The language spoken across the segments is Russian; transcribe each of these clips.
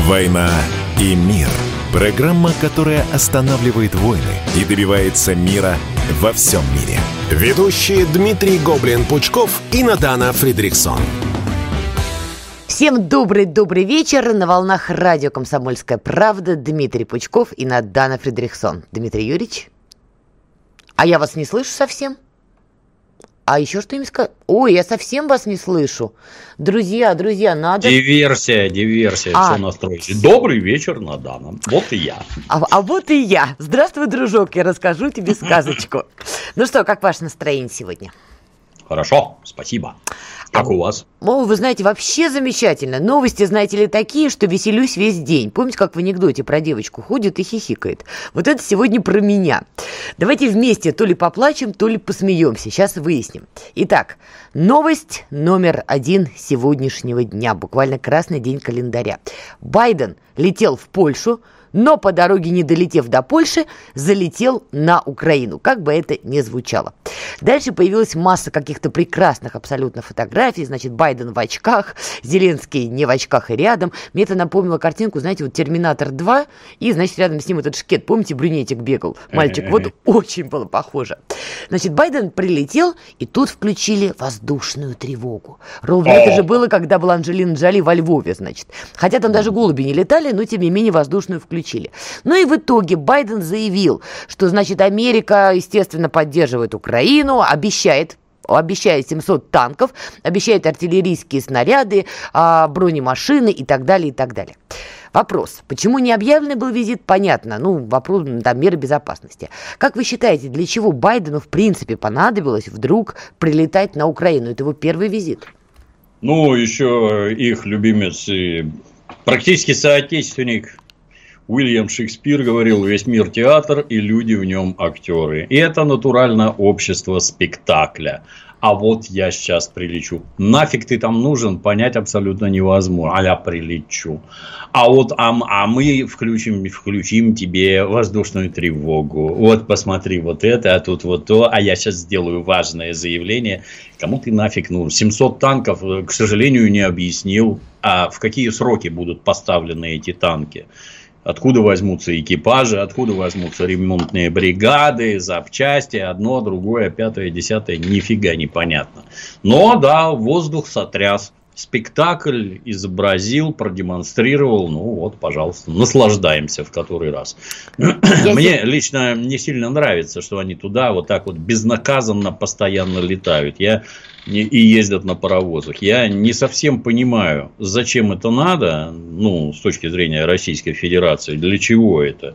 «Война и мир». Программа, которая останавливает войны и добивается мира во всем мире. Ведущие Дмитрий Гоблин-Пучков и Надана Фридрихсон. Всем добрый вечер. На волнах радио «Комсомольская правда» Дмитрий Пучков и Надана Фридрихсон. Дмитрий Юрьевич? А я вас не слышу совсем? А еще что им сказать? Ой, я совсем вас не слышу. Друзья, надо... Диверсия, все настроите. Добрый вечер, Надана. Вот и я. А вот и я. Здравствуй, дружок, я расскажу тебе сказочку. Ну что, как ваше настроение сегодня? Хорошо, спасибо. Как у вас? Вы знаете, вообще замечательно. Новости, знаете ли, такие, что веселюсь весь день. Помните, как в анекдоте про девочку ходит и хихикает? Вот это сегодня про меня. Давайте вместе то ли поплачем, то ли посмеемся. Сейчас выясним. Итак, новость номер 1 сегодняшнего дня. Буквально красный день календаря. Байден летел в Польшу, но по дороге, не долетев до Польши, залетел на Украину, как бы это ни звучало. Дальше появилась масса каких-то прекрасных абсолютно фотографий. Значит, Байден в очках, Зеленский не в очках и рядом. Мне это напомнило картинку, знаете, вот «Терминатор 2», и, значит, рядом с ним этот шкет. Помните, брюнетик бегал? Мальчик, вот очень было похоже. Значит, Байден прилетел, и тут включили воздушную тревогу. Ровно это же было, когда была Анджелина Джоли во Львове, значит. Хотя там даже голуби не летали, но, тем не менее, воздушную включили. Ну и в итоге Байден заявил, что, значит, Америка, естественно, поддерживает Украину, обещает 700 танков, обещает артиллерийские снаряды, бронемашины и так далее, и так далее. Вопрос, почему не объявлен был визит, понятно, вопрос, там, меры безопасности. Как вы считаете, для чего Байдену, в принципе, понадобилось вдруг прилетать на Украину? Это его первый визит. Еще их любимец и практически соотечественник Уильям Шекспир говорил: весь мир театр, и люди в нем актеры. И это натурально общество спектакля. А вот я сейчас прилечу. Нафиг ты там нужен, понять абсолютно невозможно. А я прилечу. А мы включим тебе воздушную тревогу. Вот посмотри, вот это, а тут вот то. А я сейчас сделаю важное заявление. Кому ты нафиг нужен? 700 танков, к сожалению, не объяснил. А в какие сроки будут поставлены эти танки? Откуда возьмутся экипажи, откуда возьмутся ремонтные бригады, запчасти, одно, другое, пятое, десятое, нифига непонятно. Но да, воздух сотряс, спектакль изобразил, продемонстрировал, пожалуйста, наслаждаемся в который раз. Мне лично не сильно нравится, что они туда вот так вот безнаказанно постоянно летают. И ездят на паровозах. Я не совсем понимаю, зачем это надо, с точки зрения Российской Федерации, для чего это.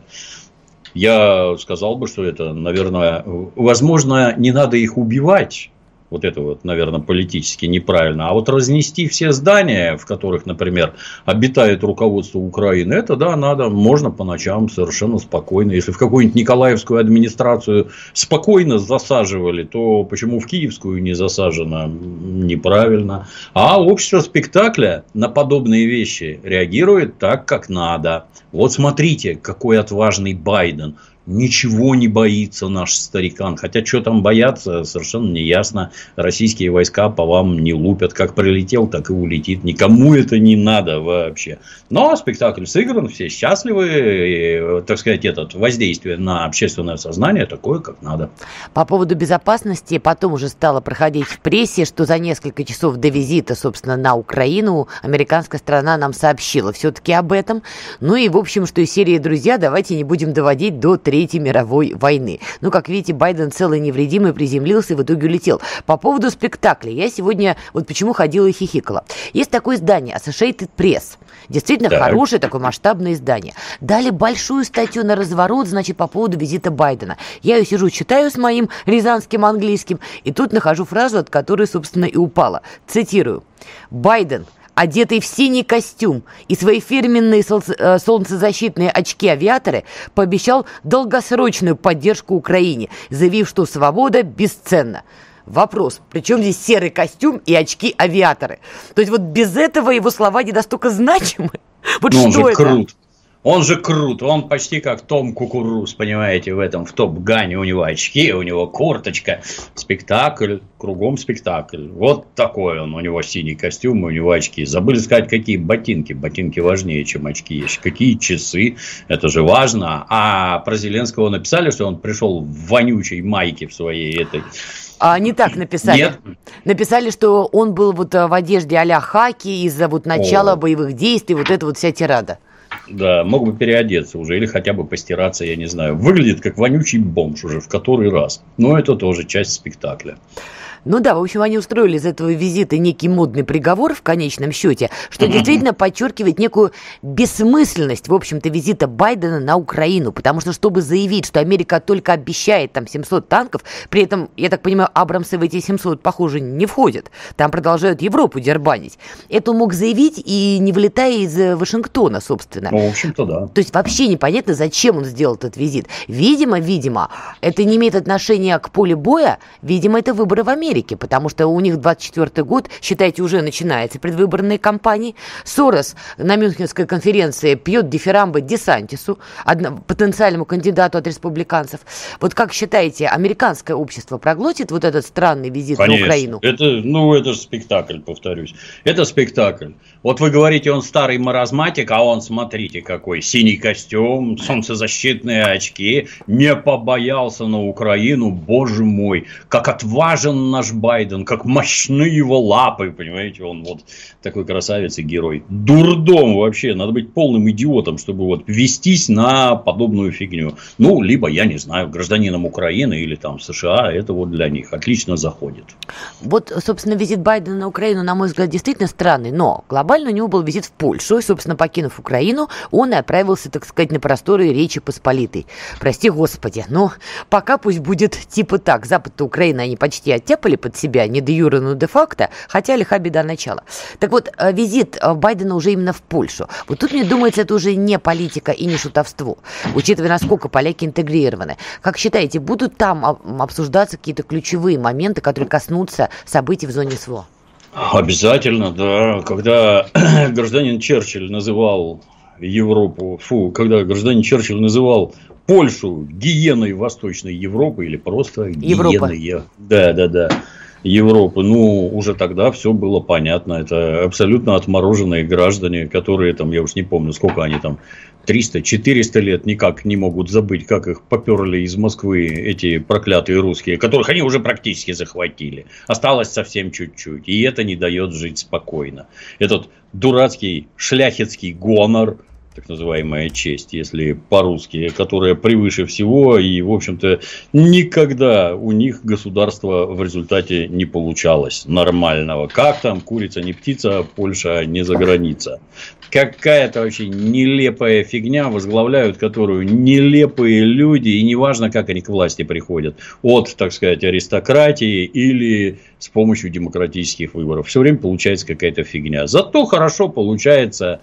Я сказал бы, что это, наверное, возможно, не надо их убивать. Вот это наверное, политически неправильно. А вот разнести все здания, в которых, например, обитает руководство Украины, это да, надо, можно по ночам совершенно спокойно. Если в какую-нибудь Николаевскую администрацию спокойно засаживали, то почему в Киевскую не засажено? Неправильно. А общество спектакля на подобные вещи реагирует так, как надо. Вот смотрите, какой отважный Байден. Ничего не боится наш старикан. Хотя, что там бояться, совершенно не ясно. Российские войска по вам не лупят. Как прилетел, так и улетит. Никому это не надо вообще. Но спектакль сыгран, все счастливы. И, так сказать, воздействие на общественное сознание такое, как надо. По поводу безопасности, потом уже стало проходить в прессе, что за несколько часов до визита, собственно, на Украину американская сторона нам сообщила все-таки об этом. И, в общем, что из серии «Друзья», давайте не будем доводить до Третьей мировой войны. Как видите, Байден целый невредимый приземлился и в итоге улетел. По поводу спектакля. Я сегодня почему ходила и хихикала. Есть такое издание Associated Press. Действительно хорошее такое масштабное издание. Дали большую статью на разворот, по поводу визита Байдена. Я ее сижу, читаю с моим рязанским английским, и тут нахожу фразу, от которой, собственно, и упала. Цитирую. Байден, одетый в синий костюм и свои фирменные солнцезащитные очки-авиаторы, пообещал долгосрочную поддержку Украине, заявив, что свобода бесценна. Вопрос, при чем здесь серый костюм и очки-авиаторы? То есть, без этого его слова не настолько значимы? Он же крут. Он же крут, он почти как Том Кукуруз, понимаете, в Топ-Гане. У него очки, у него курточка, спектакль, кругом спектакль. Вот такой он, у него синий костюм, у него очки. Забыли сказать, какие ботинки. Ботинки важнее, чем очки. Какие часы, это же важно. А про Зеленского написали, что он пришел в вонючей майке в своей этой... Не так написали. Нет. Написали, что он был вот в одежде а-ля хаки из-за вот начала боевых действий, вот это вот вся тирада. Да, мог бы переодеться уже или хотя бы постираться, я не знаю. Выглядит как вонючий бомж уже в который раз. Но это тоже часть спектакля. Ну да, в общем, они устроили из этого визита некий модный приговор в конечном счете, что действительно подчеркивает некую бессмысленность, в общем-то, визита Байдена на Украину. Потому что, чтобы заявить, что Америка только обещает там 700 танков, при этом, я так понимаю, Абрамсы в эти 700, похоже, не входят. Там продолжают Европу дербанить. Это он мог заявить и не вылетая из Вашингтона, собственно. Ну, в общем-то, да. То есть вообще непонятно, зачем он сделал этот визит. Видимо, это не имеет отношения к полю боя. Видимо, это выборы в Америке. Потому что у них 24-й год, считайте, уже начинается предвыборные кампании. Сорос на Мюнхенской конференции пьет дифирамбы Десантису, потенциальному кандидату от республиканцев. Вот как считаете, американское общество проглотит вот этот странный визит на Украину? Это же спектакль, повторюсь. Это спектакль. Вот вы говорите, он старый маразматик, а он, смотрите, какой. Синий костюм, солнцезащитные очки. Не побоялся на Украину, боже мой. Как отважен наш Байден, как мощны его лапы, понимаете, он вот такой красавец и герой. Дурдом вообще, надо быть полным идиотом, чтобы вот вестись на подобную фигню. Ну, либо, я не знаю, гражданинам Украины или там США, это вот для них отлично заходит. Вот, собственно, визит Байдена на Украину, на мой взгляд, действительно странный, но глобально у него был визит в Польшу, и, собственно, покинув Украину, он и отправился, так сказать, на просторы Речи Посполитой. Прости господи, но пока пусть будет типа так. Запад-то Украины они почти оттяпали под себя, не де юре, но де-факто, хотя лиха беда начала. Так вот, визит Байдена уже именно в Польшу. Вот тут, мне думается, это уже не политика и не шутовство, учитывая, насколько поляки интегрированы. Как считаете, будут там обсуждаться какие-то ключевые моменты, которые коснутся событий в зоне СВО? Обязательно, да. Когда гражданин Черчилль называл Европу, когда гражданин Черчилль называл Польшу гиеной Восточной Европы или просто гиеной. Да. Европы. Ну, уже тогда все было понятно. Это абсолютно отмороженные граждане, которые там, я уж не помню, сколько они там, 300-400 лет никак не могут забыть, как их поперли из Москвы эти проклятые русские, которых они уже практически захватили. Осталось совсем чуть-чуть. И это не дает жить спокойно. Этот дурацкий шляхетский гонор, так называемая честь, если по-русски, которая превыше всего, и, в общем-то, никогда у них государство в результате не получалось нормального. Как там, курица не птица, Польша не за граница. Какая-то вообще нелепая фигня, возглавляют которую нелепые люди, и неважно, как они к власти приходят, от, так сказать, аристократии или с помощью демократических выборов. Все время получается какая-то фигня. Зато хорошо получается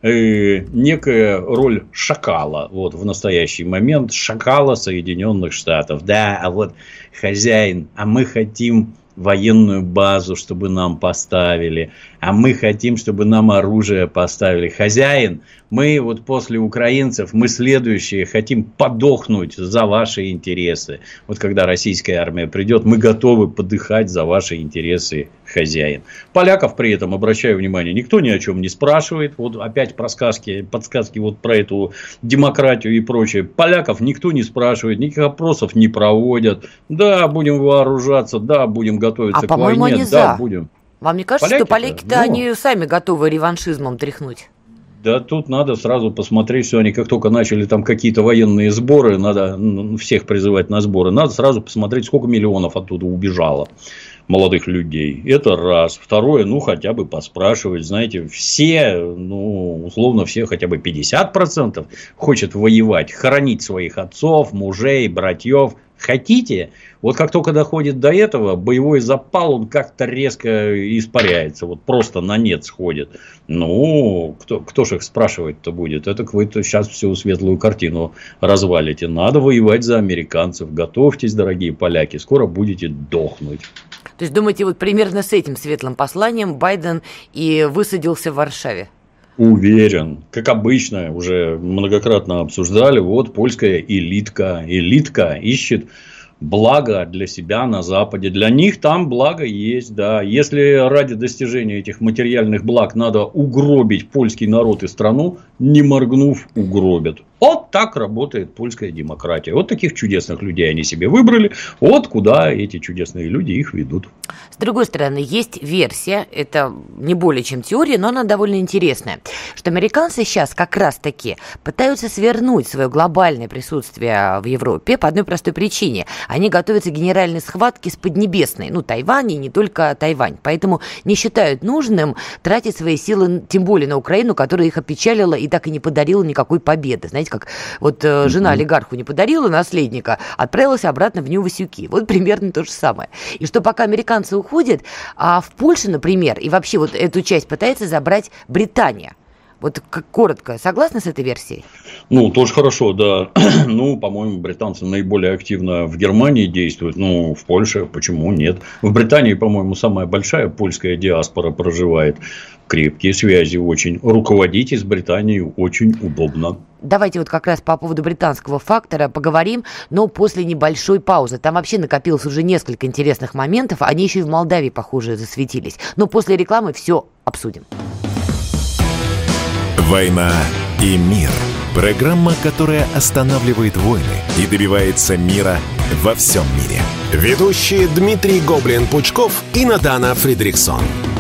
некая роль шакала вот в настоящий момент, шакала Соединенных Штатов. Да, а вот хозяин, а мы хотим военную базу, чтобы нам поставили, а мы хотим, чтобы нам оружие поставили. Хозяин, мы вот после украинцев, мы следующие хотим подохнуть за ваши интересы. Вот когда российская армия придет, мы готовы подыхать за ваши интересы, хозяин. Поляков при этом, обращаю внимание, никто ни о чем не спрашивает. Вот опять подсказки вот про эту демократию и прочее. Поляков никто не спрашивает, никаких опросов не проводят. Да, будем вооружаться, да, будем готовиться к войне, да, будем. Вам не кажется, что поляки-то они сами готовы реваншизмом тряхнуть? Да тут надо сразу посмотреть, что они как только начали там какие-то военные сборы, надо всех призывать на сборы, надо сразу посмотреть, сколько миллионов оттуда убежало молодых людей. Это раз. Второе, хотя бы поспрашивать, знаете, все, условно все, хотя бы 50% хочет воевать, хоронить своих отцов, мужей, братьев. Хотите? Вот как только доходит до этого, боевой запал, он как-то резко испаряется. Вот просто на нет сходит. Кто ж их спрашивать-то будет? Это вы-то сейчас всю светлую картину развалите. Надо воевать за американцев. Готовьтесь, дорогие поляки. Скоро будете дохнуть. То есть, думаете, вот примерно с этим светлым посланием Байден и высадился в Варшаве? Уверен, как обычно, уже многократно обсуждали, вот польская элитка ищет благо для себя на Западе. Для них там благо есть, да. Если ради достижения этих материальных благ надо угробить польский народ и страну, не моргнув, угробят. Вот так работает польская демократия. Вот таких чудесных людей они себе выбрали. Вот куда эти чудесные люди их ведут. С другой стороны, есть версия, это не более чем теория, но она довольно интересная, что американцы сейчас как раз-таки пытаются свернуть свое глобальное присутствие в Европе по одной простой причине. Они готовятся к генеральной схватке с Поднебесной, Тайвань и не только Тайвань. Поэтому не считают нужным тратить свои силы, тем более на Украину, которая их опечалила и так и не подарила никакой победы. Знаете, как вот жена олигарху не подарила наследника, отправилась обратно в Нью-Васюки. Вот примерно то же самое. И что пока американцы уходят, а в Польше, например, и вообще вот эту часть пытается забрать Британия. Вот коротко, согласны с этой версией? Тоже хорошо, да. По-моему, британцы наиболее активно в Германии действуют. В Польше почему нет? В Британии, по-моему, самая большая польская диаспора проживает. Крепкие связи очень. Руководить из Британии очень удобно. Давайте вот как раз по поводу британского фактора поговорим, но после небольшой паузы. Там вообще накопилось уже несколько интересных моментов. Они еще и в Молдавии, похоже, засветились. Но после рекламы все обсудим. «Война и мир». Программа, которая останавливает войны и добивается мира во всем мире. Ведущие Дмитрий Гоблин-Пучков и Надана Фридрихсон.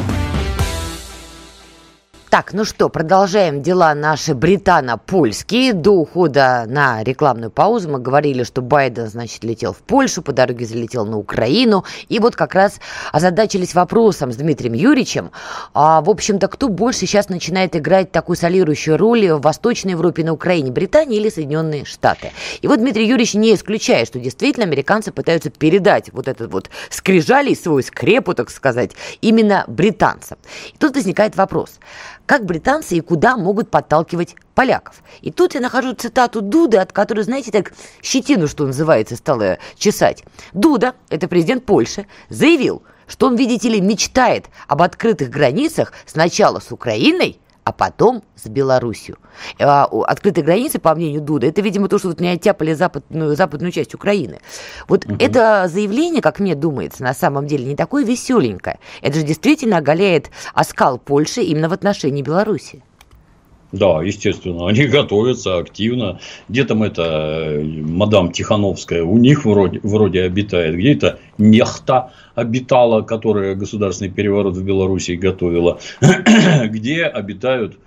Так, продолжаем дела наши британо-польские. До ухода на рекламную паузу мы говорили, что Байден, летел в Польшу, по дороге залетел на Украину. И вот как раз озадачились вопросом с Дмитрием Юрьевичем. В общем-то, кто больше сейчас начинает играть такую солирующую роль в Восточной Европе, на Украине, Британия или Соединенные Штаты? И вот Дмитрий Юрьевич не исключает, что действительно американцы пытаются передать вот этот вот скрижалей, свою скрепу, так сказать, именно британцам. И тут возникает вопрос. Как британцы и куда могут подталкивать поляков? И тут я нахожу цитату Дуды, от которой, знаете, так щетину, что называется, стала чесать. Дуда, это президент Польши, заявил, что он, видите ли, мечтает об открытых границах сначала с Украиной, а потом с Белоруссией. Открытые границы, по мнению Дуды, это, видимо, то, что не оттяпали западную часть Украины. Это заявление, как мне думается, на самом деле не такое веселенькое. Это же действительно оголяет оскал Польши именно в отношении Белоруссии. Да, естественно, они готовятся активно. Где там эта мадам Тихановская у них вроде обитает, где-то нехта обитала, которая государственный переворот в Белоруссии готовила, где обитают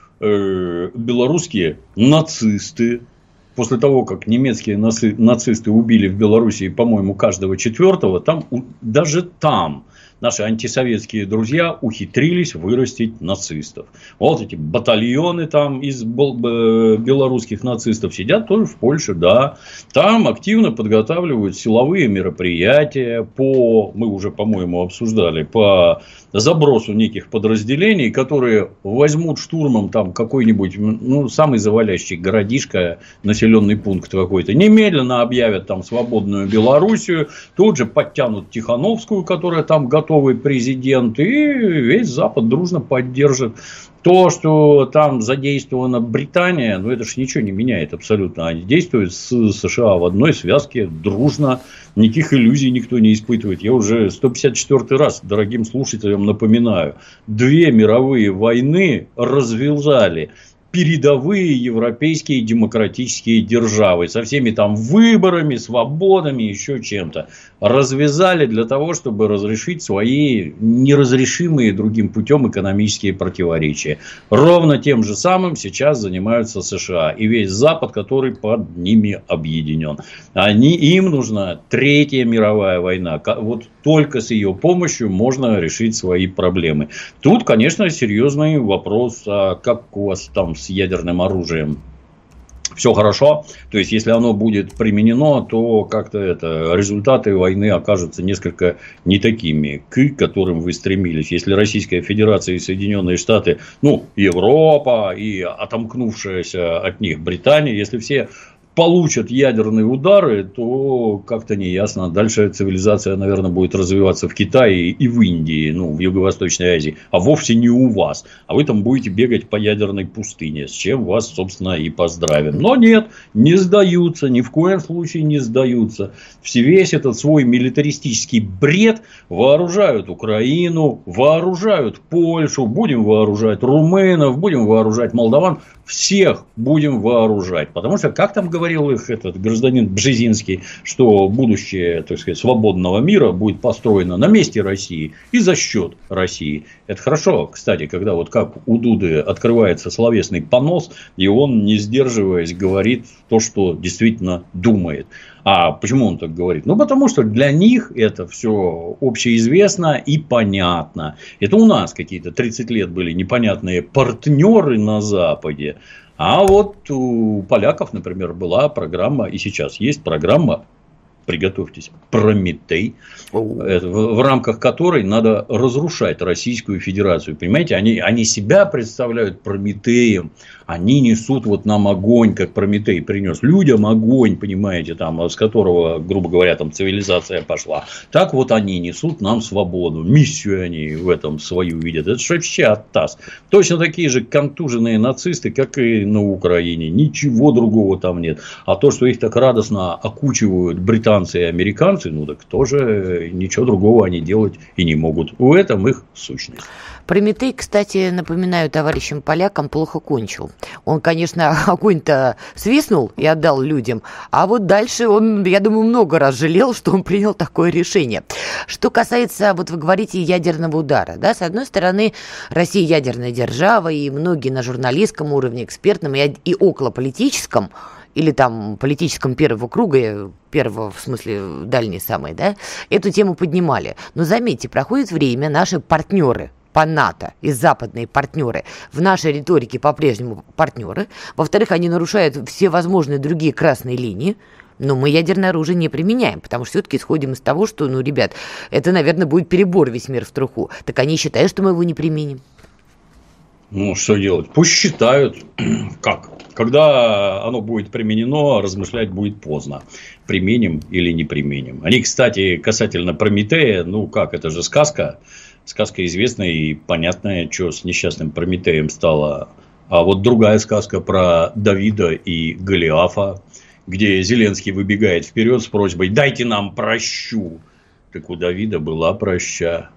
белорусские нацисты. После того, как немецкие нацисты убили в Белоруссии, по-моему, каждого четвертого, даже там наши антисоветские друзья ухитрились вырастить нацистов. Вот эти батальоны там из белорусских нацистов сидят тоже в Польше, да. Там активно подготавливают силовые мероприятия мы уже, по-моему, обсуждали, по забросу неких подразделений, которые возьмут штурмом там какой-нибудь, самый завалящий городишко, населенный пункт какой-то, немедленно объявят там свободную Белоруссию, тут же подтянут Тихановскую, которая там готовый президент, и весь Запад дружно поддержит. То, что там задействована Британия, это же ничего не меняет абсолютно. Они действуют с США в одной связке, дружно, никаких иллюзий никто не испытывает. Я уже 154 раз дорогим слушателям напоминаю. 2 мировые войны развязали передовые европейские демократические державы со всеми там выборами, свободами, еще чем-то. Развязали для того, чтобы разрешить свои неразрешимые другим путем экономические противоречия. Ровно тем же самым сейчас занимаются США и весь Запад, который под ними объединен. Им нужна 3-я мировая война. Вот только с ее помощью можно решить свои проблемы. Тут, конечно, серьезный вопрос, как у вас там с ядерным оружием? Все хорошо. То есть, если оно будет применено, то как-то результаты войны окажутся несколько не такими, к которым вы стремились. Если Российская Федерация и Соединенные Штаты, Европа и отомкнувшаяся от них Британия, если все получат ядерные удары, то как-то неясно. Дальше цивилизация, наверное, будет развиваться в Китае и в Индии, в Юго-Восточной Азии, а вовсе не у вас. А вы там будете бегать по ядерной пустыне, с чем вас, собственно, и поздравим. Но нет, не сдаются, ни в коем случае не сдаются. Весь этот свой милитаристический бред вооружают Украину, вооружают Польшу, будем вооружать румынов, будем вооружать молдаван. Всех будем вооружать. Потому что, как там говорил их этот гражданин Бжезинский, что будущее, так сказать, свободного мира будет построено на месте России и за счет России. Это хорошо, кстати, когда вот как у Дуды открывается словесный понос, и он, не сдерживаясь, говорит то, что действительно думает. А почему он так говорит? Потому что для них это все общеизвестно и понятно. Это у нас какие-то 30 лет были непонятные партнеры на Западе. А вот у поляков, например, была программа, и сейчас есть программа, приготовьтесь, Прометей, в рамках которой надо разрушать Российскую Федерацию. Понимаете, они себя представляют Прометеем, они несут вот нам огонь, как Прометей принес людям огонь, понимаете, там, с которого, грубо говоря, там цивилизация пошла. Так вот они несут нам свободу, миссию они в этом свою видят. Это же вообще оттас. Точно такие же контуженные нацисты, как и на Украине. Ничего другого там нет. А то, что их так радостно окучивают британцы и американцы, так тоже ничего другого они делать и не могут. В этом их сущность. Прометей, кстати, напоминаю товарищам полякам, плохо кончил. Он, конечно, огонь-то свистнул и отдал людям, а вот дальше он, я думаю, много раз жалел, что он принял такое решение. Что касается, вот вы говорите, ядерного удара, да, с одной стороны, Россия ядерная держава, и многие на журналистском уровне, экспертном и околополитическом, или там политическом первого круга, первого, в смысле, дальней самой, да, эту тему поднимали. Но заметьте, проходит время, наши партнеры по НАТО и западные партнеры в нашей риторике по-прежнему партнеры. Во-вторых, они нарушают все возможные другие красные линии. Но мы ядерное оружие не применяем, потому что все-таки исходим из того, что, ребят, это, наверное, будет перебор весь мир в труху. Так они считают, что мы его не применим. Что делать? Пусть считают. Как? Когда оно будет применено, размышлять будет поздно. Применим или не применим. Они, кстати, касательно Прометея, это же сказка. Сказка известная и понятная, что с несчастным Прометеем стало. А вот другая сказка про Давида и Голиафа, где Зеленский выбегает вперед с просьбой: дайте нам прощу. Так у Давида была проща.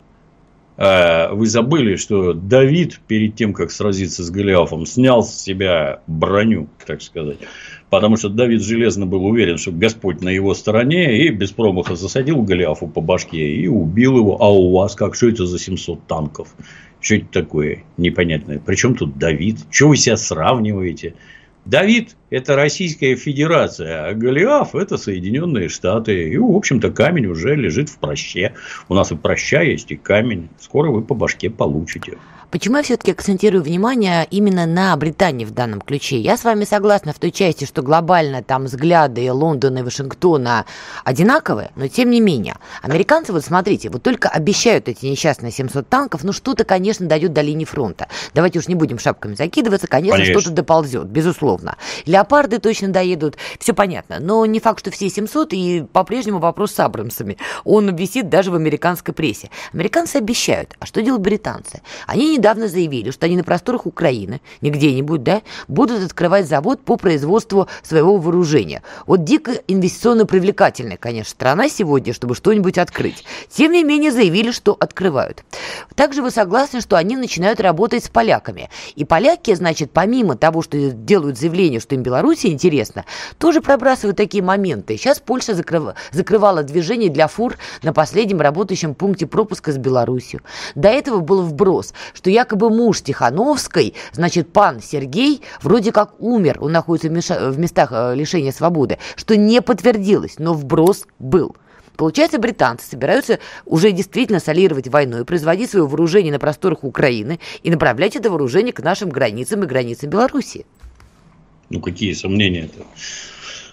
Вы забыли, что Давид перед тем, как сразиться с Голиафом, снял с себя броню, так сказать. Потому что Давид железно был уверен, что Господь на его стороне, и без промаха засадил Голиафу по башке и убил его. А у вас как? Что это за 700 танков? Что это такое непонятное? Причем тут Давид? Чего вы себя сравниваете? Давид – это Российская Федерация, а Голиаф – это Соединенные Штаты. И, в общем-то, камень уже лежит в проще. У нас и проща есть, и камень. Скоро вы по башке получите. Почему я все-таки акцентирую внимание именно на Британии в данном ключе? Я с вами согласна в той части, что глобально там взгляды Лондона и Вашингтона одинаковые, но тем не менее. Американцы, вот смотрите, вот только обещают эти несчастные 700 танков, что-то, конечно, дойдет до линии фронта. Давайте уж не будем шапками закидываться, конечно. Что-то доползет, безусловно. Леопарды точно доедут, все понятно. Но не факт, что все 700, и по-прежнему вопрос с Абрамсами. Он висит даже в американской прессе. Американцы обещают, а что делают британцы? Они недавно заявили, что они на просторах Украины, не где-нибудь, да, будут открывать завод по производству своего вооружения. Вот дико инвестиционно привлекательная, конечно, страна сегодня, чтобы что-нибудь открыть. Тем не менее, заявили, что открывают. Также вы согласны, что они начинают работать с поляками. И поляки, значит, помимо того, что делают заявление, что им Белоруссия интересна, тоже пробрасывают такие моменты. Сейчас Польша закрывала движение для фур на последнем работающем пункте пропуска с Беларусью. До этого был вброс, что якобы муж Тихановской, значит, пан Сергей, вроде как умер, он находится в местах лишения свободы, что не подтвердилось, но вброс был. Получается, британцы собираются уже действительно солировать войну и производить свое вооружение на просторах Украины и направлять это вооружение к нашим границам и границам Белоруссии. Какие сомнения-то?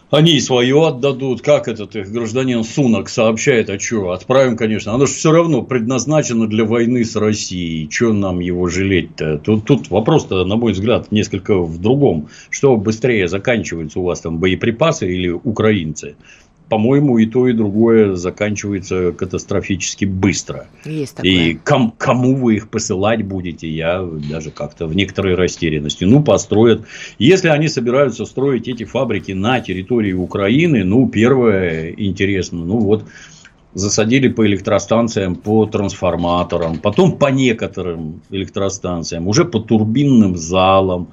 Они и свое отдадут. Как этот их гражданин Сунак сообщает, а что, отправим, конечно. Оно же все равно предназначено для войны с Россией. Что нам его жалеть-то? Тут вопрос-то, на мой взгляд, несколько в другом. Что быстрее заканчиваются у вас там боеприпасы или украинцы? По-моему, и то, и другое заканчивается катастрофически быстро. Есть такое. И кому вы их посылать будете, я даже как-то в некоторой растерянности. Построят. Если они собираются строить эти фабрики на территории Украины, первое интересно, засадили по электростанциям, по трансформаторам, потом по некоторым электростанциям, уже по турбинным залам.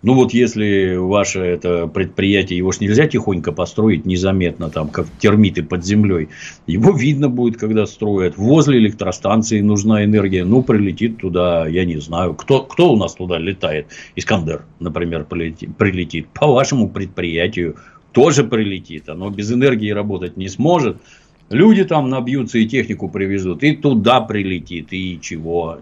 Если ваше это предприятие, его ж нельзя тихонько построить незаметно, там, как термиты под землей. Его видно будет, когда строят. Возле электростанции нужна энергия. Прилетит туда, я не знаю. Кто у нас туда летает? Искандер, например, прилетит. По вашему предприятию тоже прилетит. Оно без энергии работать не сможет. Люди там набьются и технику привезут. И туда прилетит. И чего?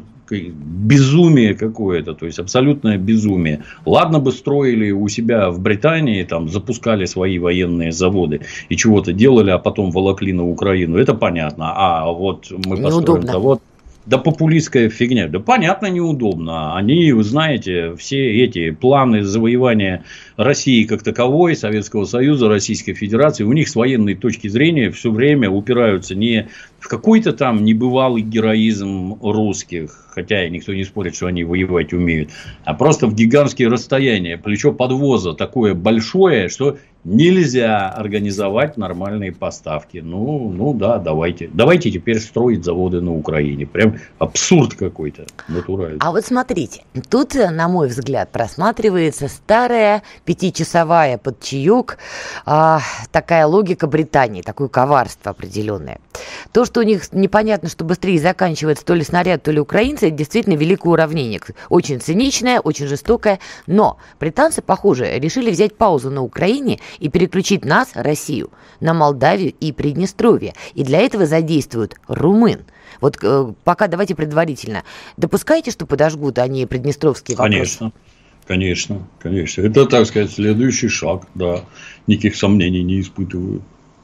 Безумие какое-то, то есть абсолютное безумие. Ладно бы строили у себя в Британии, там запускали свои военные заводы и чего-то делали, а потом волокли на Украину. Это понятно. А вот мы построим завод. Да популистская фигня. Да понятно, неудобно. Они, вы знаете, все эти планы завоевания России как таковой, Советского Союза, Российской Федерации, у них с военной точки зрения все время упираются не в какой-то там небывалый героизм русских, хотя и никто не спорит, что они воевать умеют, а просто в гигантские расстояния. Плечо подвоза такое большое, что нельзя организовать нормальные поставки. Да, давайте. Давайте теперь строить заводы на Украине. Прям абсурд какой-то натуральный. А вот смотрите, тут, на мой взгляд, просматривается старая 5-часовая под чаек такая логика Британии, такое коварство определенное. То, что у них непонятно, что быстрее заканчивается то ли снаряд, то ли украинцы, это действительно великое уравнение. Очень циничное, очень жестокое. Но британцы, похоже, решили взять паузу на Украине и переключить нас, Россию, на Молдавию и Приднестровье. И для этого задействуют румын. Вот пока давайте предварительно. Допускаете, что подожгут они приднестровские вопросы? Конечно. Это, так сказать, следующий шаг, да. Никаких сомнений не испытываю.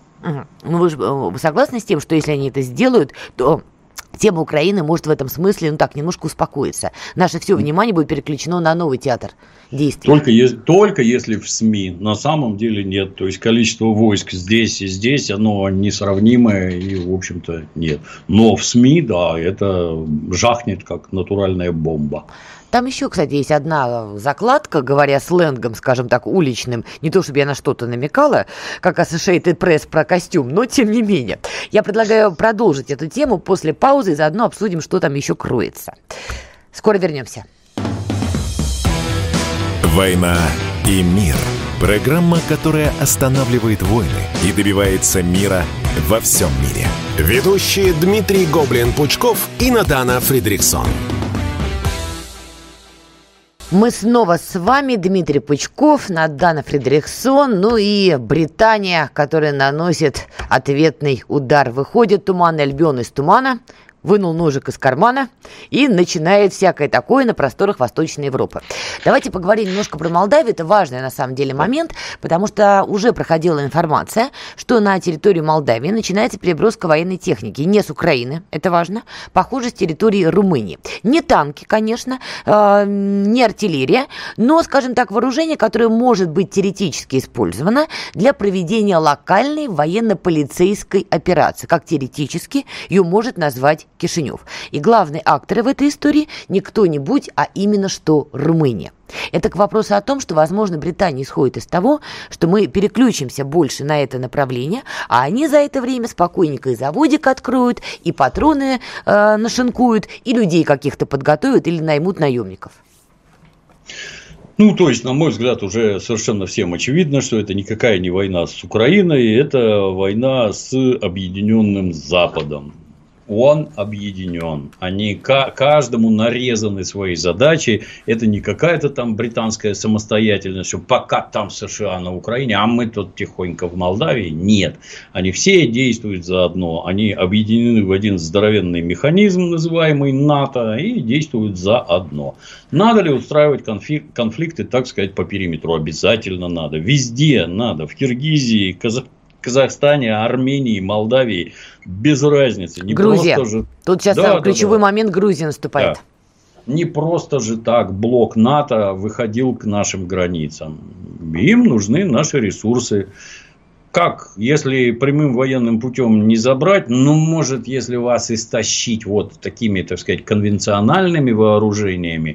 Вы же согласны с тем, что если они это сделают, то тема Украины может в этом смысле, немножко успокоиться. Наше все внимание будет переключено на новый театр действий. Только если в СМИ. На самом деле нет. То есть, количество войск здесь и здесь, оно несравнимое и, в общем-то, нет. Но в СМИ, да, это жахнет как натуральная бомба. Там еще, кстати, есть одна закладка, говоря сленгом, скажем так, уличным. Не то, чтобы я на что-то намекала, как Associated Press про костюм, но тем не менее. Я предлагаю продолжить эту тему после паузы и заодно обсудим, что там еще кроется. Скоро вернемся. «Война и мир». Программа, которая останавливает войны и добивается мира во всем мире. Ведущие Дмитрий Гоблин-Пучков и Надана Фридрихсон. Мы снова с вами, Дмитрий Пучков, Надана Фридрихсон, и Британия, которая наносит ответный удар. Выходит туманный Альбион из тумана, вынул ножик из кармана и начинает всякое такое на просторах Восточной Европы. Давайте поговорим немножко про Молдавию. Это важный, на самом деле, момент, потому что уже проходила информация, что на территории Молдавии начинается переброска военной техники. Не с Украины, это важно, похоже, с территории Румынии. Не танки, конечно, не артиллерия, но, скажем так, вооружение, которое может быть теоретически использовано для проведения локальной военно-полицейской операции. Как теоретически ее может назвать Кишинев. И главные акторы в этой истории не кто-нибудь, а именно что Румыния. Это к вопросу о том, что, возможно, Британия исходит из того, что мы переключимся больше на это направление, а они за это время спокойненько и заводик откроют, и патроны нашинкуют, и людей каких-то подготовят или наймут наемников. То есть, на мой взгляд, уже совершенно всем очевидно, что это никакая не война с Украиной, это война с Объединенным Западом. он объединен. Они каждому нарезаны свои задачи. Это не какая-то там британская самостоятельность, что пока там США на Украине, а мы тут тихонько в Молдавии. Нет. Они все действуют заодно. Они объединены в один здоровенный механизм, называемый НАТО, и действуют заодно. Надо ли устраивать конфликты, так сказать, по периметру? Обязательно надо. Везде надо. В Киргизии, Казахстане, Армении, Молдавии, без разницы. Не Грузия. Просто же... Тут сейчас ключевой момент, Грузия наступает. Да. Не просто же так блок НАТО выходил к нашим границам. Им нужны наши ресурсы. Как, если прямым военным путем не забрать, может, если вас истощить вот такими, так сказать, конвенциональными вооружениями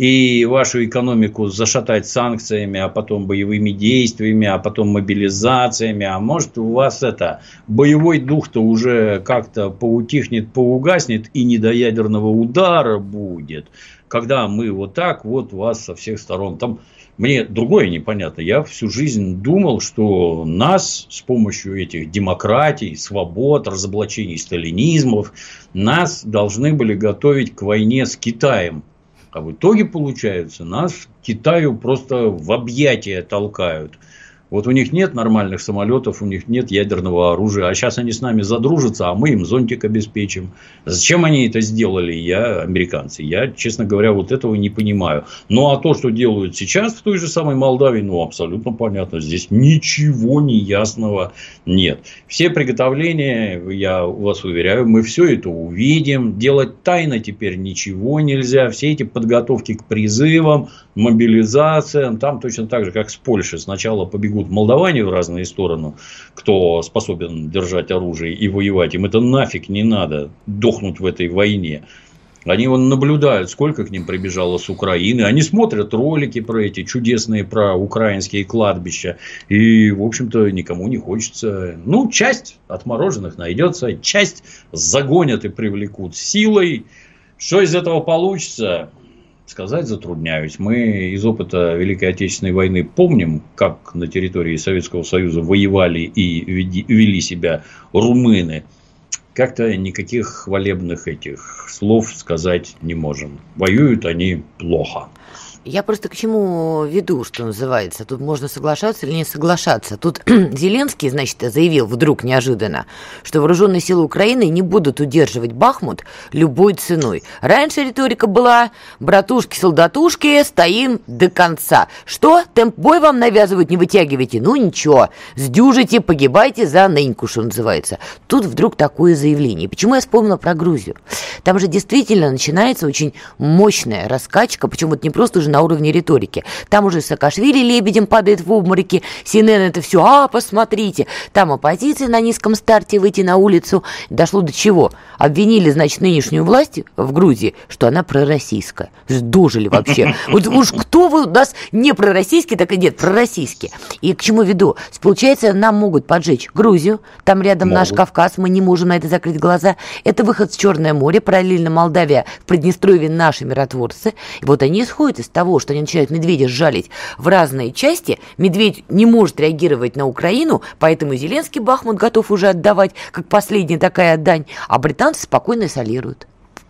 и вашу экономику зашатать санкциями, а потом боевыми действиями, а потом мобилизациями, а может, у вас боевой дух-то уже как-то поутихнет, поугаснет и не до ядерного удара будет, когда мы вот так вот вас со всех сторон там... Мне другое непонятно. Я всю жизнь думал, что нас с помощью этих демократий, свобод, разоблачений сталинизмов, нас должны были готовить к войне с Китаем. А в итоге, получается, нас Китаю просто в объятия толкают. Вот у них нет нормальных самолетов, у них нет ядерного оружия. А сейчас они с нами задружатся, а мы им зонтик обеспечим. Зачем они это сделали, американцы? Я, честно говоря, вот этого не понимаю. Ну, а то, что делают сейчас в той же самой Молдавии, абсолютно понятно. Здесь ничего неясного нет. Все приготовления, я вас уверяю, мы все это увидим. Делать тайно теперь ничего нельзя. Все эти подготовки к призывам, мобилизациям, там точно так же, как с Польшей. Сначала побегут молдаване в разные стороны, кто способен держать оружие и воевать. Им это нафиг не надо, дохнуть в этой войне. Они наблюдают, сколько к ним прибежало с Украины. Они смотрят ролики про эти чудесные, про украинские кладбища. И, в общем-то, никому не хочется. Часть отмороженных найдется, часть загонят и привлекут силой. Что из этого получится? Сказать затрудняюсь. Мы из опыта Великой Отечественной войны помним, как на территории Советского Союза воевали и вели себя румыны. Как-то никаких хвалебных этих слов сказать не можем. Воюют они плохо. Я просто к чему веду, что называется. Тут можно соглашаться или не соглашаться. Тут Зеленский, заявил вдруг неожиданно, что вооруженные силы Украины не будут удерживать Бахмут любой ценой. Раньше риторика была: братушки-солдатушки, стоим до конца. Что? Темп бой вам навязывают, не вытягивайте? Ничего, сдюжите, погибайте за ныньку, что называется. Тут вдруг такое заявление. Почему я вспомнила про Грузию? Там же действительно начинается очень мощная раскачка, причем вот не просто уже на уровне риторики. Там уже Саакашвили лебедем падает в обмороки, CNN это все, посмотрите. Там оппозиция на низком старте выйти на улицу. Дошло до чего? Обвинили, нынешнюю власть в Грузии, что она пророссийская. Дожили вообще. Вот уж кто вы у нас не пророссийский, так и нет, пророссийский. И к чему веду? Получается, нам могут поджечь Грузию, там рядом наш Кавказ, мы не можем на это закрыть глаза. Это выход в Черное море, параллельно Молдавия, в Приднестровье наши миротворцы. И вот они исходят из того, что они начинают медведя жалить в разные части. Медведь не может реагировать на Украину, поэтому Зеленский Бахмут готов уже отдавать, как последняя такая дань, а британцы спокойно солируют.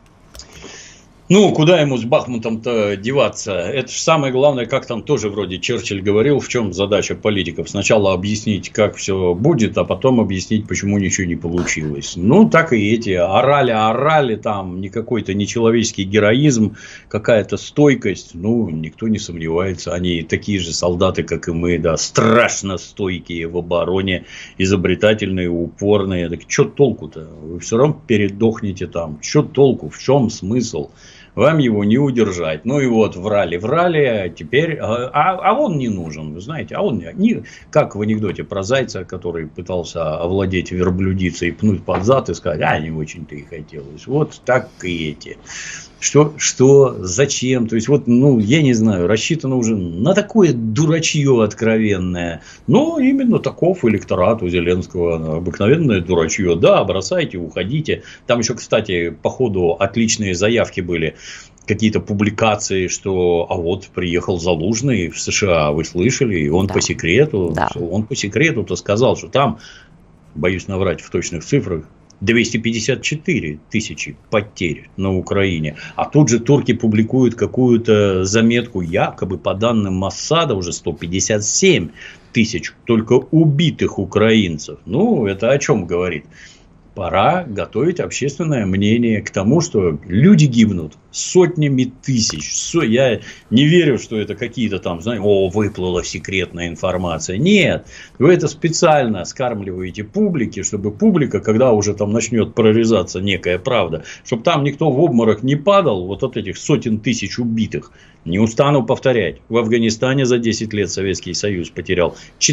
Куда ему с Бахмутом-то деваться? Это же самое главное, как там тоже вроде Черчилль говорил, в чем задача политиков. Сначала объяснить, как все будет, а потом объяснить, почему ничего не получилось. Так и эти орали, там не какой-то нечеловеческий героизм, какая-то стойкость. Никто не сомневается. Они такие же солдаты, как и мы, да, страшно стойкие в обороне, изобретательные, упорные. Так что толку-то? Вы все равно передохнете там. Что толку? В чем смысл? Вам его не удержать. Врали, а теперь... А он не нужен, вы знаете. А он не... Как в анекдоте про зайца, который пытался овладеть верблюдицей, пнуть под зад и сказать, не очень-то и хотелось. Вот так и эти. Что, зачем? То есть, я не знаю, рассчитано уже на такое дурачье откровенное. Именно таков электорат у Зеленского. Обыкновенное дурачье. Да, бросайте, уходите. Там еще, кстати, по ходу отличные заявки были. Какие-то публикации, что приехал Залужный в США, вы слышали? И он по секрету, он по секрету-то сказал, что там, боюсь наврать в точных цифрах, 254 тысячи потерь на Украине. А тут же турки публикуют какую-то заметку, якобы по данным Моссада уже 157 тысяч только убитых украинцев. Ну, это о чем говорит? Пора готовить общественное мнение к тому, что люди гибнут сотнями тысяч. Я не верю, что это какие-то там, знаете, выплыла секретная информация. Нет, вы это специально скармливаете публике, чтобы публика, когда уже там начнет прорезаться некая правда, чтобы там никто в обморок не падал, вот от этих сотен тысяч убитых. Не устану повторять, в Афганистане за 10 лет Советский Союз потерял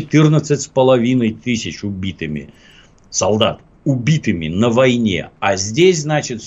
14,5 тысяч убитыми солдат. Убитыми на войне, а здесь, значит,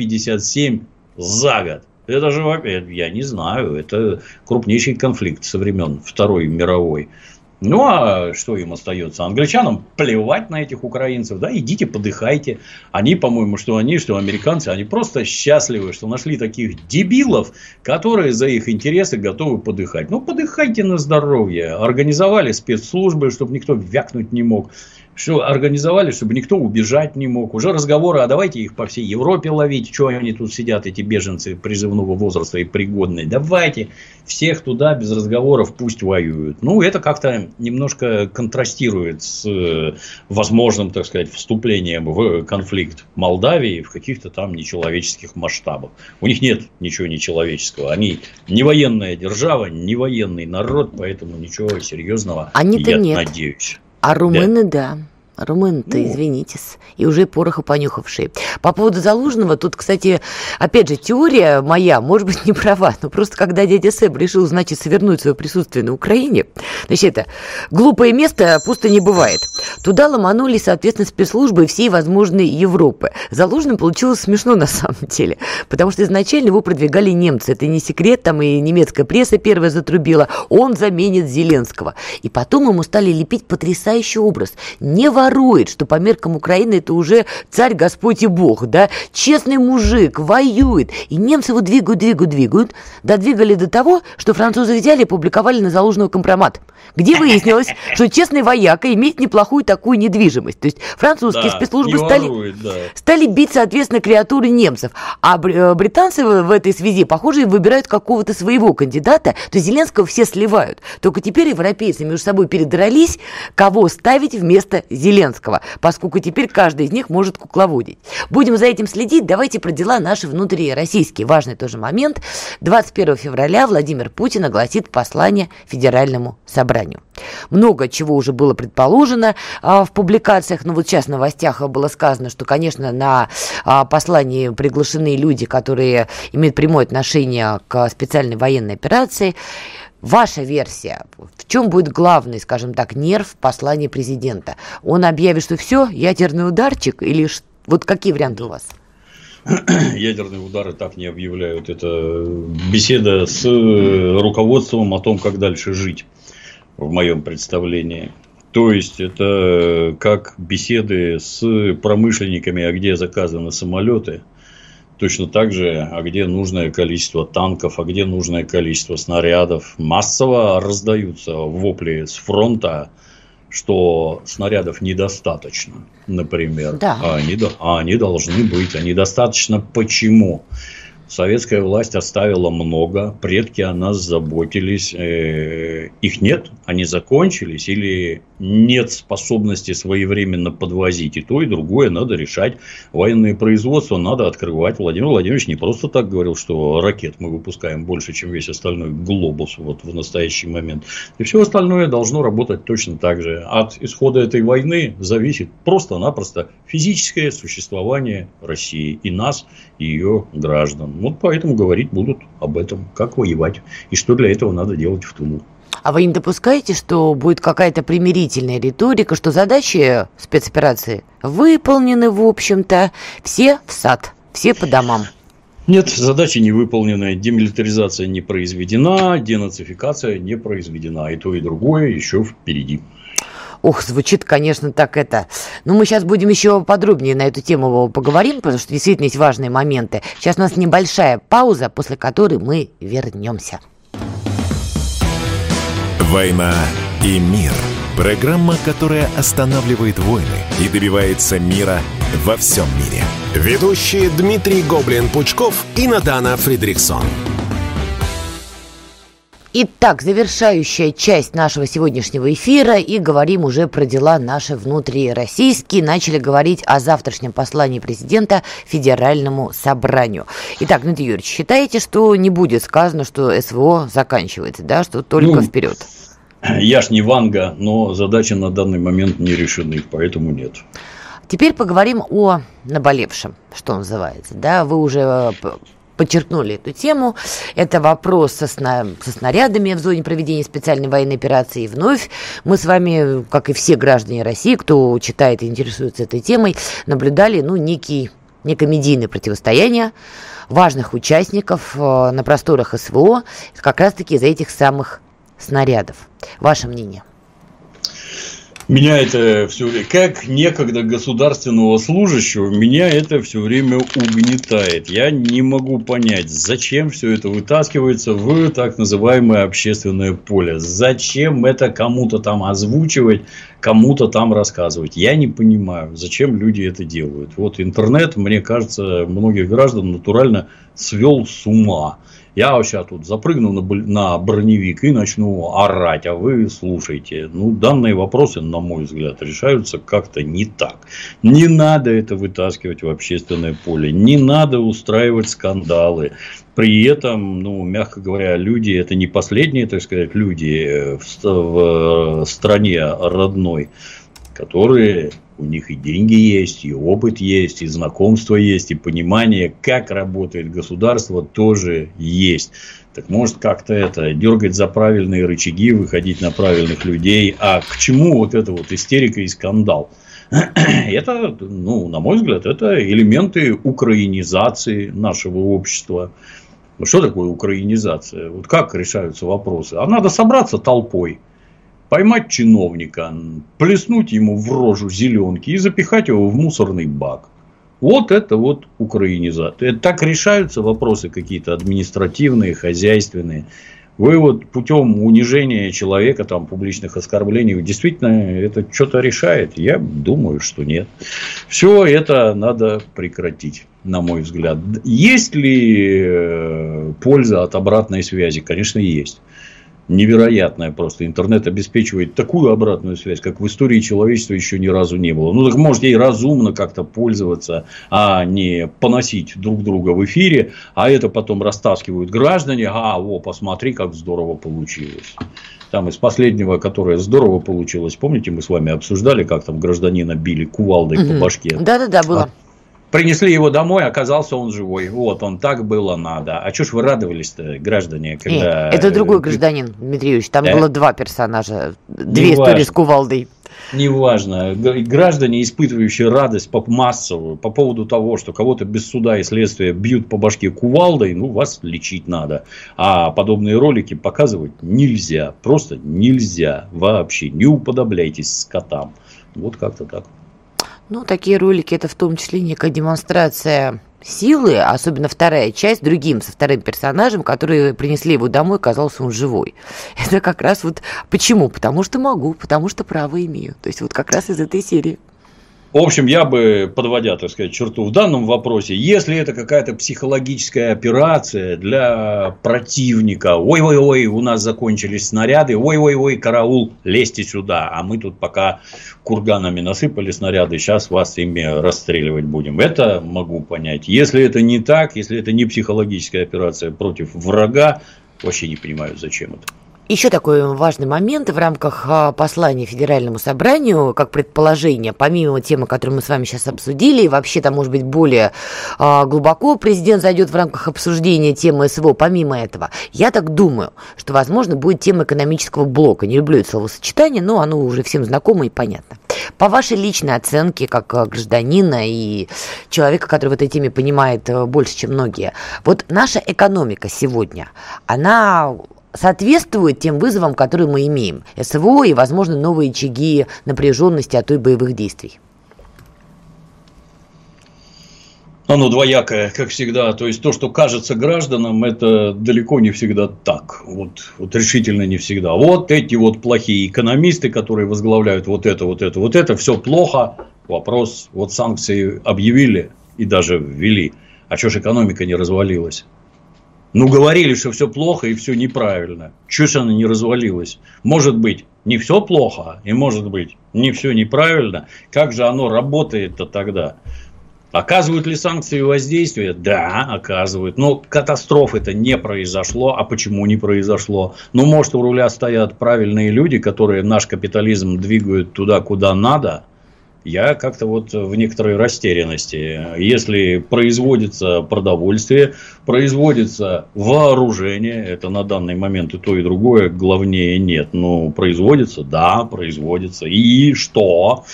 157 за год. Это же, я не знаю, это крупнейший конфликт со времен Второй мировой. Ну, а что им остается? Англичанам плевать на этих украинцев, да, идите подыхайте. Они, по-моему, что американцы, они просто счастливы, что нашли таких дебилов, которые за их интересы готовы подыхать. Ну, подыхайте на здоровье. Организовали спецслужбы, чтобы никто вякнуть не мог. Что организовали, чтобы никто убежать не мог. Уже разговоры, а давайте их по всей Европе ловить. Что они тут сидят, эти беженцы призывного возраста и пригодные. Давайте всех туда без разговоров пусть воюют. Ну, это как-то немножко контрастирует с возможным, так сказать, вступлением в конфликт Молдавии в каких-то там нечеловеческих масштабах. У них нет ничего нечеловеческого. Они не военная держава, не военный народ, поэтому ничего серьезного, я надеюсь. А румыны, да. Румыны-то, извинитесь, и уже пороха понюхавшие. По поводу Залужного, тут, кстати, опять же, теория моя, может быть, не права, но просто когда дядя Сэм решил, значит, свернуть свое присутствие на Украине, значит, это глупое место пусто не бывает. Туда ломанулись, соответственно, спецслужбы всей возможной Европы. Залужным получилось смешно на самом деле, потому что изначально его продвигали немцы. Это не секрет, там и немецкая пресса первая затрубила, он заменит Зеленского. И потом ему стали лепить потрясающий образ. Не ворует, что по меркам Украины это уже царь, Господь и Бог, да, честный мужик, воюет, и немцы его двигают, додвигали до того, что французы взяли и публиковали на Залужного компромат, где выяснилось, что честный вояка имеет неплохую такую недвижимость, то есть французские спецслужбы стали бить, соответственно, креатуры немцев, а британцы в этой связи, похоже, выбирают какого-то своего кандидата, то есть Зеленского все сливают, только теперь европейцы между собой передрались, кого ставить вместо Зеленского, поскольку теперь каждый из них может кукловодить. Будем за этим следить. Давайте про дела наши внутрироссийские. Важный тоже момент. 21 февраля Владимир Путин огласит послание Федеральному собранию. Много чего уже было предположено в публикациях, но вот сейчас в новостях было сказано, что, конечно, на послании приглашены люди, которые имеют прямое отношение к специальной военной операции. Ваша версия, в чем будет главный, скажем так, нерв послания президента? Он объявит, что все, ядерный ударчик, или вот какие варианты у вас? Ядерные удары так не объявляют. Это беседа с руководством о том, как дальше жить, в моем представлении. То есть, это как беседы с промышленниками, а где заказаны самолеты. Точно так же, а где нужное количество танков, а где нужное количество снарядов. Массово раздаются вопли с фронта, что снарядов недостаточно, например. Да. А они должны быть. А недостаточно почему? Советская власть оставила много, предки о нас заботились, их нет, они закончились или нет способности своевременно подвозить. И то, и другое надо решать. Военное производство надо открывать. Владимир Владимирович не просто так говорил, что ракет мы выпускаем больше, чем весь остальной глобус вот в настоящий момент. И все остальное должно работать точно так же. От исхода этой войны зависит просто-напросто физическое существование России и нас, и ее граждан. Вот поэтому говорить будут об этом, как воевать и что для этого надо делать в тылу. А вы не допускаете, что будет какая-то примирительная риторика, что задачи спецоперации выполнены, в общем-то, все в сад, все по домам? Нет, задача не выполнена, демилитаризация не произведена, денацификация не произведена. И то, и другое еще впереди. Ох, звучит, конечно, так это. Но мы сейчас будем еще подробнее на эту тему поговорим, потому что действительно есть важные моменты. Сейчас у нас небольшая пауза, после которой мы вернемся. «Война и мир». Программа, которая останавливает войны и добивается мира во всем мире. Ведущие Дмитрий Гоблин-Пучков и Надана Фридрихсон. Итак, завершающая часть нашего сегодняшнего эфира, и говорим уже про дела наши внутрироссийские. Начали говорить о завтрашнем послании президента Федеральному собранию. Итак, Дмитрий Юрьевич, считаете, что не будет сказано, что СВО заканчивается, да, что только вперед? Я ж не Ванга, но задачи на данный момент не решены, поэтому нет. Теперь поговорим о наболевшем, что называется. Да, вы уже подчеркнули эту тему. Это вопрос со снарядами в зоне проведения специальной военной операции. И вновь мы с вами, как и все граждане России, кто читает и интересуется этой темой, наблюдали некое медийное противостояние важных участников на просторах СВО как раз-таки из-за этих самых снарядов. Ваше мнение? Меня это все время, как некогда государственного служащего, меня это все время угнетает. Я не могу понять, зачем все это вытаскивается в так называемое общественное поле. Зачем это кому-то там озвучивать, кому-то там рассказывать. Я не понимаю, зачем люди это делают. Вот интернет, мне кажется, многих граждан натурально свел с ума. Я сейчас тут запрыгну на броневик и начну орать, а вы слушайте. Данные вопросы, на мой взгляд, решаются как-то не так. Не надо это вытаскивать в общественное поле. Не надо устраивать скандалы. При этом, мягко говоря, люди, это не последние, так сказать, люди в стране родной, которые... У них и деньги есть, и опыт есть, и знакомство есть, и понимание, как работает государство, тоже есть. Так может как-то дергать за правильные рычаги, выходить на правильных людей. А к чему вот эта вот истерика и скандал? Это, на мой взгляд, это элементы украинизации нашего общества. Что такое украинизация? Вот как решаются вопросы? А надо собраться толпой. Поймать чиновника, плеснуть ему в рожу зеленки и запихать его в мусорный бак. Вот это вот украинизация. Так решаются вопросы какие-то административные, хозяйственные. Вы вот путем унижения человека, публичных оскорблений, действительно это что-то решает? Я думаю, что нет. Все это надо прекратить, на мой взгляд. Есть ли польза от обратной связи? Конечно, есть. Невероятная просто. Интернет обеспечивает такую обратную связь, как в истории человечества еще ни разу не было. Так можете и разумно как-то пользоваться, а не поносить друг друга в эфире, а это потом растаскивают граждане. Посмотри, как здорово получилось. Там из последнего, которое здорово получилось, помните, мы с вами обсуждали, как там гражданина били кувалдой по башке? Да, было. Принесли его домой, оказался он живой. Вот, он так было надо. А что ж вы радовались-то, граждане, когда... Это другой гражданин, Дмитрий Юрьевич. Там было два персонажа. Две истории с кувалдой. Неважно. Граждане, испытывающие радость массовую по поводу того, что кого-то без суда и следствия бьют по башке кувалдой, вас лечить надо. А подобные ролики показывать нельзя. Просто нельзя вообще. Не уподобляйтесь скотам. Вот как-то так. Такие ролики, это в том числе некая демонстрация силы, особенно вторая часть, со вторым персонажем, которые принесли его домой, казался он живой. Это как раз почему? Потому что могу, потому что право имею. То есть, как раз из этой серии. В общем, я бы, подводя, так сказать, черту в данном вопросе, если это какая-то психологическая операция для противника, ой-ой-ой, у нас закончились снаряды, ой-ой-ой, караул, лезьте сюда, а мы тут пока курганами насыпали снаряды, сейчас вас ими расстреливать будем. Это могу понять. Если это не так, если это не психологическая операция против врага, вообще не понимаю, зачем это. Еще такой важный момент в рамках послания Федеральному собранию, как предположение, помимо темы, которую мы с вами сейчас обсудили, и вообще там, может быть, более глубоко президент зайдет в рамках обсуждения темы СВО, помимо этого, я так думаю, что, возможно, будет тема экономического блока. Не люблю это словосочетание, но оно уже всем знакомо и понятно. По вашей личной оценке, как гражданина и человека, который в этой теме понимает больше, чем многие, наша экономика сегодня, она... соответствует тем вызовам, которые мы имеем. СВО и, возможно, новые очаги напряженности, а то и боевых действий. Оно двоякое, как всегда. То есть, то, что кажется гражданам, это далеко не всегда так. Вот решительно не всегда. Вот эти плохие экономисты, которые возглавляют вот это, все плохо. Вопрос, вот санкции объявили и даже ввели, а что ж экономика не развалилась? Ну, говорили, что все плохо и все неправильно. Чего ж она не развалилась? Может быть, не все плохо, и может быть, не все неправильно. Как же оно работает-то тогда? Оказывают ли санкции воздействие? Да, оказывают. Но катастрофы-то не произошло. А почему не произошло? Ну, может, у руля стоят правильные люди, которые наш капитализм двигают туда, куда надо. Я как-то вот в некоторой растерянности. Если производится продовольствие, производится вооружение, это на данный момент и то, и другое, главнее нет. Ну, производится, да, производится. И что?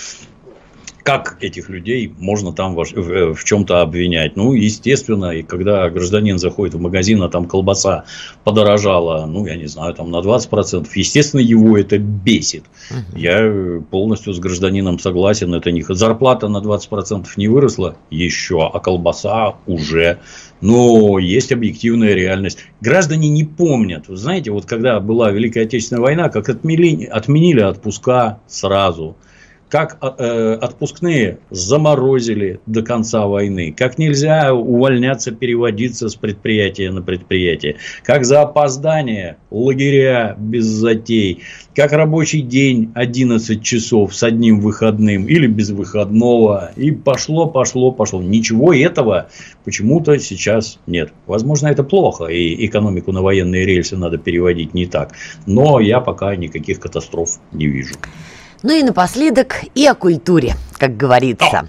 Как этих людей можно там в чем-то обвинять? Ну, естественно, и когда гражданин заходит в магазин, а там колбаса подорожала, ну, я не знаю, там на 20%, естественно, его это бесит. Я полностью с гражданином согласен. Это не зарплата на 20% не выросла еще, а колбаса уже. Но есть объективная реальность. Граждане не помнят. Вы знаете, вот когда была Великая Отечественная война, как отменили отпуска сразу. Как отпускные заморозили до конца войны. Как нельзя увольняться, переводиться с предприятия на предприятие. Как за опоздание лагеря без затей. Как рабочий день 11 часов с одним выходным или без выходного. И пошло. Ничего этого почему-то сейчас нет. Возможно, это плохо. И экономику на военные рельсы надо переводить не так. Но я пока никаких катастроф не вижу. Ну и напоследок и о культуре, как говорится.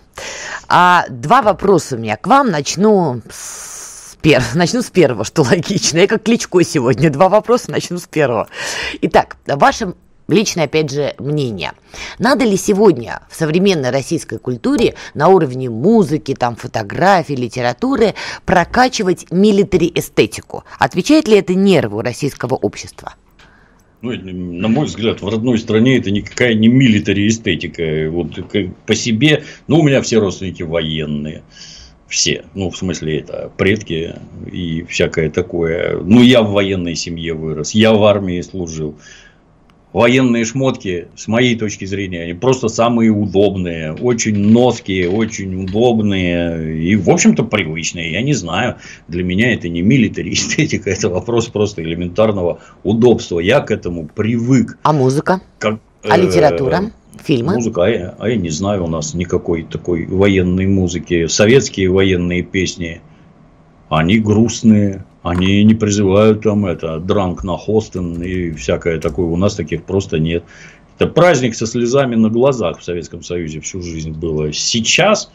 Два вопроса у меня к вам. Начну с первого, что логично. Я как Кличко сегодня. Два вопроса, начну с первого. Итак, ваше личное, опять же, мнение. Надо ли сегодня в современной российской культуре на уровне музыки, там, фотографии, литературы прокачивать милитари-эстетику? Отвечает ли это нерву российского общества? Ну, на мой взгляд, в родной стране это никакая не милитари эстетика. Вот по себе, ну, у меня все родственники военные. Все. Ну, в смысле, это предки и всякое такое. Ну, я в военной семье вырос. Я в армии служил. Военные шмотки, с моей точки зрения, они просто самые удобные. Очень ноские, очень удобные. И, в общем-то, привычные. Я не знаю. Для меня это не милитари эстетика. Это вопрос просто элементарного удобства. Я к этому привык. А музыка? А литература? Фильмы? Музыка, я не знаю, у нас никакой такой военной музыки. Советские военные песни, они грустные. Они не призывают там дранк на хостен и всякое такое. У нас таких просто нет. Это праздник со слезами на глазах в Советском Союзе всю жизнь было. Сейчас,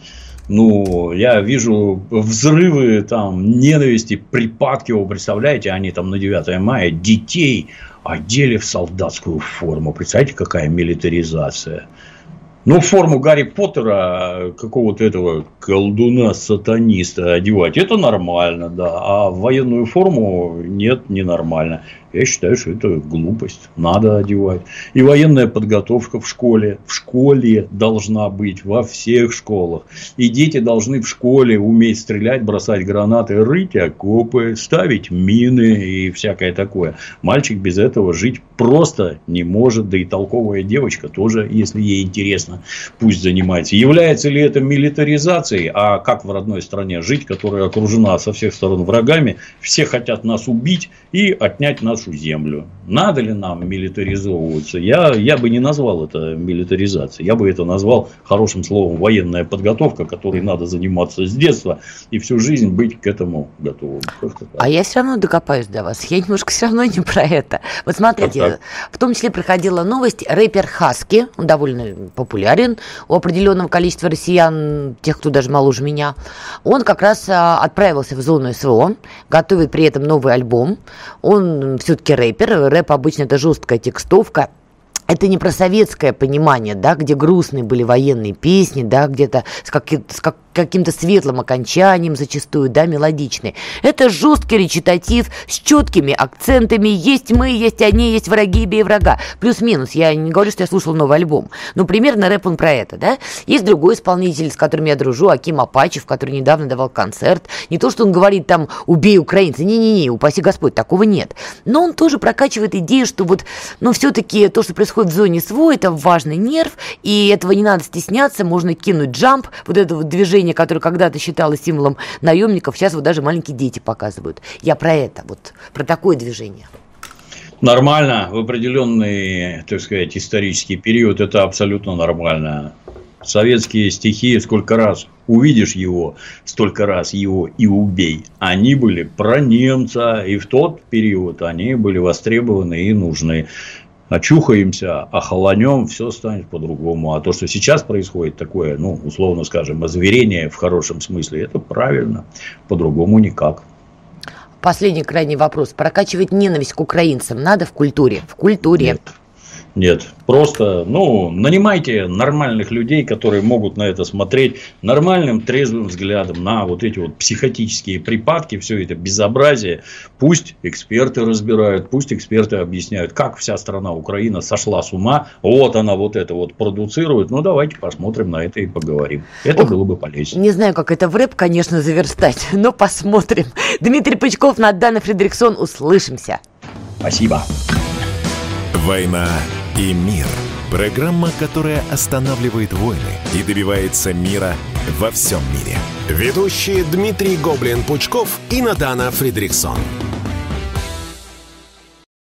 ну, я вижу взрывы там ненависти, припадки. Вы представляете, они там на 9 мая детей одели в солдатскую форму. Представляете, какая милитаризация. Ну, форму Гарри Поттера, какого-то этого колдуна-сатаниста одевать, это нормально, да. А военную форму нет, не нормально. Я считаю, что это глупость. Надо одевать. И военная подготовка в школе. В школе должна быть. Во всех школах. И дети должны в школе уметь стрелять, бросать гранаты, рыть окопы, ставить мины и всякое такое. Мальчик без этого жить просто не может. Да и толковая девочка тоже, если ей интересно, пусть занимается. Является ли это милитаризацией? А как в родной стране жить, которая окружена со всех сторон врагами? Все хотят нас убить и отнять нашу землю. Надо ли нам милитаризовываться? Я бы не назвал это милитаризацией. Я бы это назвал хорошим словом военная подготовка, которой надо заниматься с детства и всю жизнь быть к этому готовым. А я все равно докопаюсь до вас. Я немножко все равно не про это. Вот смотрите, в том числе проходила новость. Рэпер Хаски, он довольно популярен у определенного количества россиян, тех, кто даже моложе меня. Он как раз отправился в зону СВО, готовит при этом новый альбом. Он все-таки рэпер. Рэп обычно это жесткая текстовка. Это не про советское понимание, да, где грустные были военные песни, да, где-то с каким-то светлым окончанием зачастую, да, мелодичный. Это жесткий речитатив с четкими акцентами. Есть мы, есть они, есть враги, бей врага. Плюс-минус. Я не говорю, что я слушал новый альбом. Но примерно рэп он про это, да. Есть другой исполнитель, с которым я дружу, Аким Апачев, который недавно давал концерт. Не то, что он говорит там «убей украинца». Не-не-не, упаси Господь, такого нет. Но он тоже прокачивает идею, что вот, ну, все-таки то, что происходит в зоне СВО, это важный нерв, и этого не надо стесняться, можно кинуть джамп, вот это вот движение, которое когда-то считалось символом наемников, сейчас вот даже маленькие дети показывают. Я про это, вот, про такое движение. Нормально, в определенный, так сказать, исторический период это абсолютно нормально. Советские стихи, сколько раз увидишь его, столько раз его и убей. Они были про немца, и в тот период они были востребованы и нужны. Очухаемся, охолонем, все станет по-другому. А то, что сейчас происходит такое, ну, условно скажем, озверение в хорошем смысле, это правильно, по-другому никак. Последний крайний вопрос. Прокачивать ненависть к украинцам надо в культуре? В культуре. Нет, просто, ну, нанимайте нормальных людей, которые могут на это смотреть нормальным, трезвым взглядом на вот эти вот психотические припадки, все это безобразие. Пусть эксперты разбирают, пусть эксперты объясняют, как вся страна Украина сошла с ума, вот она вот это вот продуцирует. Ну, давайте посмотрим на это и поговорим. Это было бы полезно. Не знаю, как это в рэп, конечно, заверстать, но посмотрим. Дмитрий Пучков, Надана Фридрихсон. Услышимся. Спасибо. «Война и мир». Программа, которая останавливает войны и добивается мира во всем мире. Ведущие Дмитрий Гоблин-Пучков и Надана Фридрихсон.